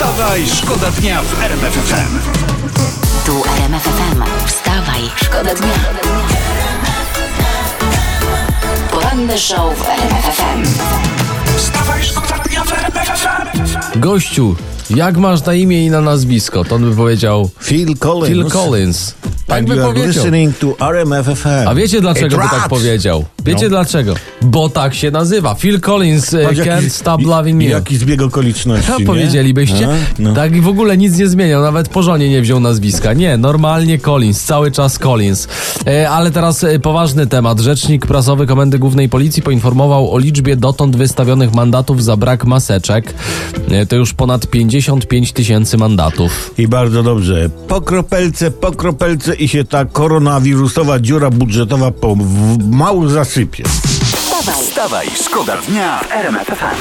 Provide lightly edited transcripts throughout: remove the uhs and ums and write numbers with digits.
Wstawaj, szkoda dnia w RMF FM. Tu RMF FM. Wstawaj, szkoda dnia. Poranny show w RMF FM. Wstawaj, szkoda dnia w RMF FM. Gościu, jak masz na imię i na nazwisko? To on by powiedział Phil Collins. Phil Collins. Tak And by you are powiedział. listening to RMF FM. A wiecie dlaczego It by tak rocks. powiedział? Wiecie dlaczego? Bo tak się nazywa. Phil Collins, Patrz, Can't Stop Loving You. Jaki zbieg okoliczności, No, nie? powiedzielibyście? No. Tak i w ogóle nic nie zmieniał, nawet po żonie nie wziął nazwiska. Nie, normalnie Collins, cały czas Collins. Ale teraz poważny temat. Rzecznik prasowy Komendy Głównej Policji poinformował o liczbie dotąd wystawionych mandatów za brak maseczek. To już ponad 55 000 mandatów. I bardzo dobrze. Po kropelce i się ta koronawirusowa dziura budżetowa pomału zasypie. Wstawaj, szkoda dnia w RMF FM.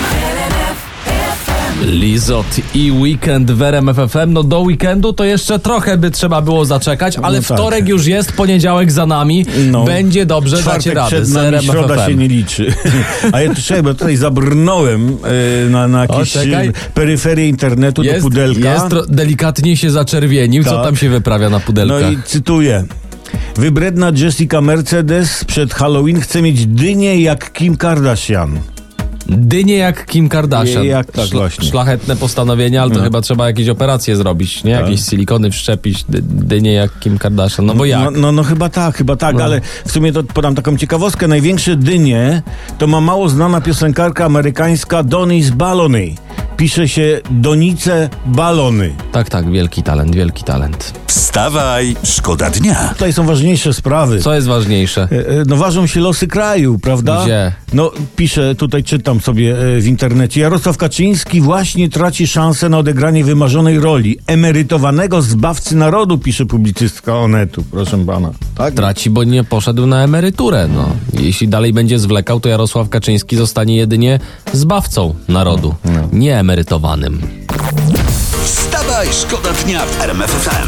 Lizot i weekend w RMF FM. No do weekendu to jeszcze trochę by trzeba było zaczekać, ale No tak. wtorek już jest, poniedziałek za nami. No. Będzie dobrze, dacie Czwartek radę przed z nami, RMF środa FM. się nie liczy. A ja tutaj, bo tutaj zabrnąłem na jakieś czekaj. peryferię internetu do pudelka. Delikatnie się zaczerwienił. Co Tak. tam się wyprawia na No pudelkach? i cytuję. Wybredna Jessica Mercedes przed Halloween chce mieć dynię jak Kim Kardashian. Dynie jak Kim Kardashian. Tak, właśnie. Szlachetne postanowienia, ale to chyba trzeba jakieś operacje zrobić, nie? Jakieś silikony wszczepić, dynie jak Kim Kardashian. No bo jak? No chyba tak, ale w sumie to podam taką ciekawostkę. Największe dynie to ma mało znana piosenkarka amerykańska Donis Balony. Pisze się Donice Balony. Tak, wielki talent. Wstawaj, szkoda dnia. Tutaj są ważniejsze sprawy. Co jest ważniejsze? No ważą się losy kraju, prawda? Gdzie? No piszę, tutaj czytam sobie w internecie. Jarosław Kaczyński właśnie traci szansę na odegranie wymarzonej roli emerytowanego zbawcy narodu, pisze publicystka Onetu, proszę pana. Tak? Traci, bo nie poszedł na emeryturę. No. Jeśli dalej będzie zwlekał, to Jarosław Kaczyński zostanie jedynie zbawcą narodu, nie emerytowanym. Wstawaj, szkoda dnia w RMF FM.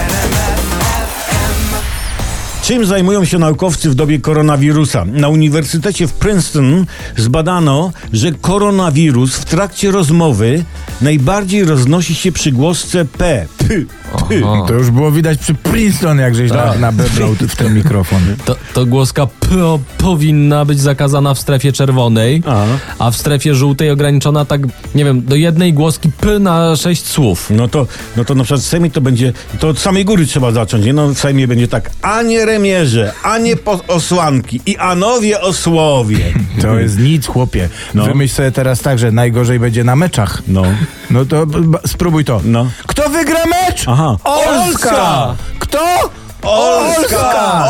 Czym zajmują się naukowcy w dobie koronawirusa? Na Uniwersytecie w Princeton zbadano, że koronawirus w trakcie rozmowy najbardziej roznosi się przy głosce P. To już było widać przy Princeton, jak żeś nabebrał w ten mikrofon. To głoska P powinna być zakazana w strefie czerwonej, a w strefie żółtej ograniczona tak, nie wiem, do jednej głoski P na 6 słów. No to na przykład w Sejmie to będzie, to od samej góry trzeba zacząć, nie? No w Sejmie będzie tak, a nie remierze, a nie osłanki i anowie osłowie. To jest nic, chłopie. No. Wymyśl sobie teraz tak, że najgorzej będzie na meczach. No to spróbuj to. No. Kto wygra mecz? Aha. Olska! Kto? Olska!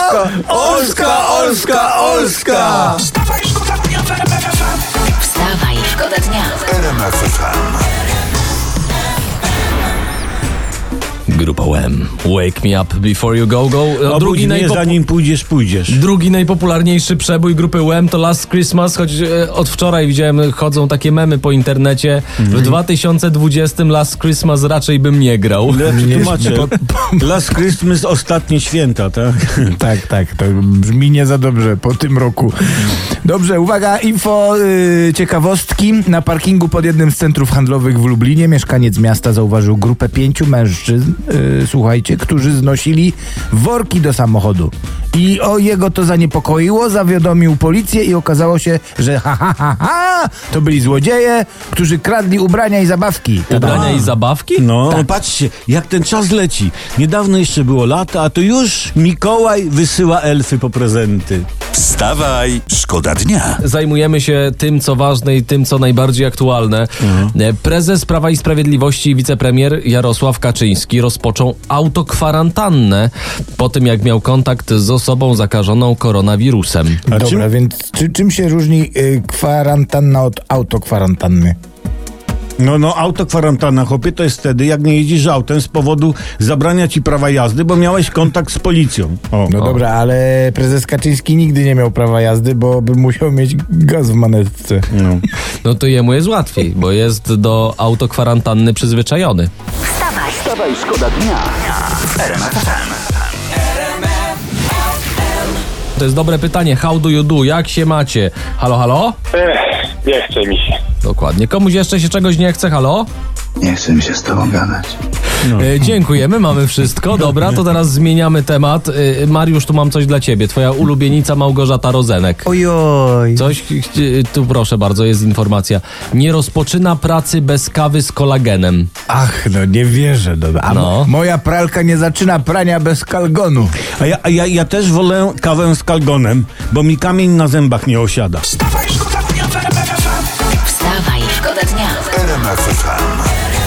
Wstawaj, szkoda dnia w RMF FM. Wstawaj, szkoda dnia. RMF FM. Grupa UM. Wake me up before you go. Obudź mnie, zanim pójdziesz. Drugi najpopularniejszy przebój grupy UM to Last Christmas, choć od wczoraj widziałem, chodzą takie memy po internecie. W 2020 Last Christmas raczej bym nie grał. Tłumaczę. Last Christmas, ostatnie święta, tak? Tak, to brzmi nie za dobrze po tym roku. Dobrze, uwaga, info, ciekawostki. Na parkingu pod jednym z centrów handlowych w Lublinie mieszkaniec miasta zauważył grupę 5 mężczyzn, słuchajcie, którzy znosili worki do samochodu. I jego to zaniepokoiło, zawiadomił policję i okazało się, że to byli złodzieje, którzy kradli ubrania i zabawki. Ubrania i zabawki? No, patrzcie, jak ten czas leci. Niedawno jeszcze było lato, a to już Mikołaj wysyła elfy po prezenty. Wstawaj, szkoda dnia. Zajmujemy się tym, co ważne i tym, co najbardziej aktualne. Prezes Prawa i Sprawiedliwości i wicepremier Jarosław Kaczyński rozpoczął autokwarantannę po tym, jak miał kontakt z osobą zakażoną koronawirusem. Dobra, więc czym się różni kwarantanna od autokwarantanny? No, autokwarantanna, chłopie, to jest wtedy, jak nie jeździsz autem z powodu zabrania ci prawa jazdy, bo miałeś kontakt z policją. Dobra, ale prezes Kaczyński nigdy nie miał prawa jazdy, bo by musiał mieć gaz w manetce. No to jemu jest łatwiej, bo jest do autokwarantanny przyzwyczajony. Wstawaj, szkoda dnia w RMF FM. To jest dobre pytanie. How do you do? Jak się macie? Halo? Nie chce mi się. Dokładnie. Komuś jeszcze się czegoś nie chce? Halo? Nie chce mi się z tobą gadać. Dziękujemy, mamy wszystko. Dobra, to teraz zmieniamy temat. Mariusz, tu mam coś dla ciebie. Twoja ulubienica Małgorzata Rozenek. Ojoj. Coś, tu proszę bardzo, jest informacja. Nie rozpoczyna pracy bez kawy z kolagenem. Ach, no nie wierzę. Dobra. A No. moja pralka nie zaczyna prania bez kalgonu. A ja też wolę kawę z kalgonem, bo mi kamień na zębach nie osiada. Wstawaj, szkoda dnia w RMF FM. Wstawaj, szkoda dnia. RMF FM.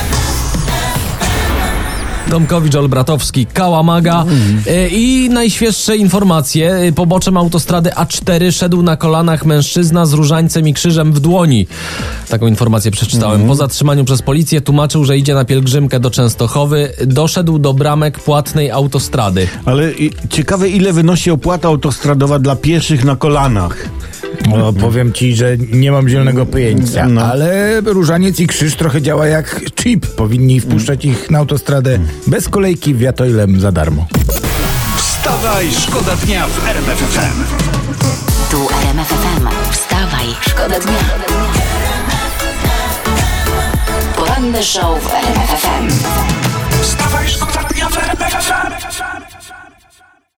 Tomkowicz, Olbratowski, Kałamaga. I najświeższe informacje. Poboczem autostrady A4 szedł na kolanach mężczyzna z różańcem i krzyżem w dłoni. Taką informację przeczytałem. Po zatrzymaniu przez policję tłumaczył, że idzie na pielgrzymkę do Częstochowy. Doszedł do bramek płatnej autostrady. Ale ciekawe, ile wynosi opłata autostradowa dla pieszych na kolanach. No, powiem ci, że nie mam zielonego pojęcia, No. ale różaniec i krzyż trochę działa jak chip. Powinni wpuszczać ich na autostradę bez kolejki wiatojlem za darmo. Wstawaj, szkoda dnia w RMF FM. Tu RMF FM. Wstawaj, szkoda dnia. Poranny show w RMF FM. Wstawaj, szkoda dnia w RMF FM.